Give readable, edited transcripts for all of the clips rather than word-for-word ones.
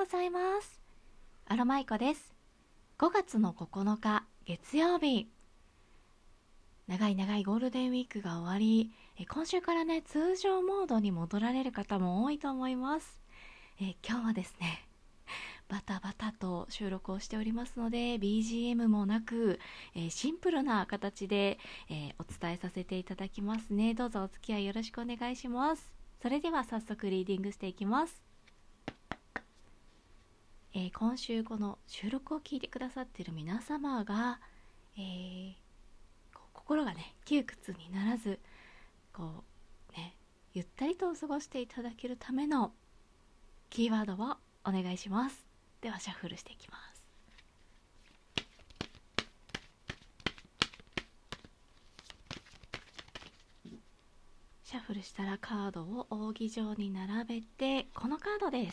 ございます。アロマイコです。5月の9日月曜日、長いゴールデンウィークが終わり、今週からね通常モードに戻られる方も多いと思います。今日はですねバタバタと収録をしておりますので BGM もなく、シンプルな形で、お伝えさせていただきますね。どうぞお付き合いよろしくお願いします。それでは早速リーディングしていきます。今週この収録を聞いてくださっている皆様が、心がね窮屈にならずゆったりと過ごしていただけるためのキーワードをお願いします。ではシャッフルしていきます。シャッフルしたらカードを扇状に並べて、このカードです。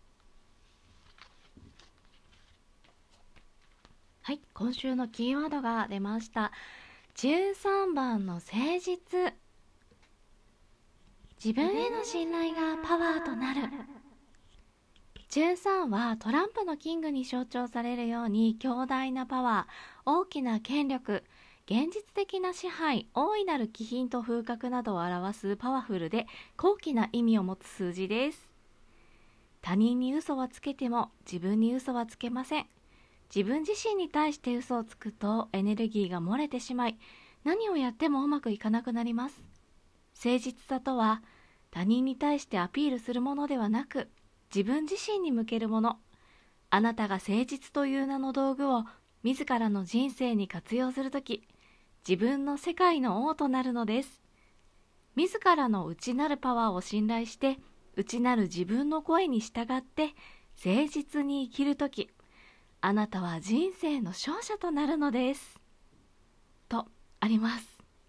はい、今週のキーワードが出ました。13番の誠実。自分への信頼がパワーとなる。13はトランプのキングに象徴されるように、強大なパワー、大きな権力、現実的な支配、大いなる気品と風格などを表すパワフルで高貴な意味を持つ数字です。他人に嘘はつけても自分に嘘はつけません。自分自身に対して嘘をつくとエネルギーが漏れてしまい、何をやってもうまくいかなくなります。誠実さとは他人に対してアピールするものではなく、自分自身に向けるもの。あなたが誠実という名の道具を自らの人生に活用するとき、自分の世界の王となるのです。自らの内なるパワーを信頼して、内なる自分の声に従って誠実に生きるとき、あなたは人生の勝者となるのです。とあります。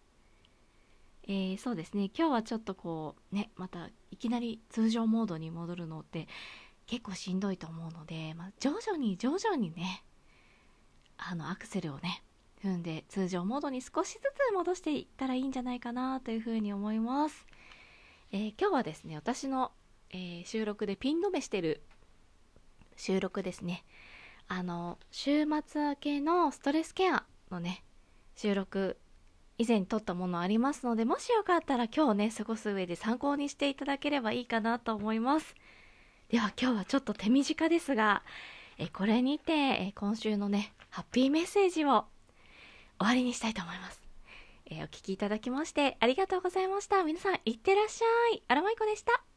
そうですね、今日はちょっとまたいきなり通常モードに戻るのって結構しんどいと思うので、徐々にねアクセルをね踏んで通常モードに少しずつ戻していったらいいんじゃないかなというふうに思います。今日はですね、私の、収録でピン止めしてる収録ですね。週末明けのストレスケアのね収録、以前に撮ったものありますので、もしよかったら今日ね過ごす上で参考にしていただければいいかなと思います。では今日はちょっと手短ですが、これにて、今週のねハッピーメッセージを終わりにしたいと思います。お聞きいただきましてありがとうございました。皆さんいってらっしゃい。アロマイコでした。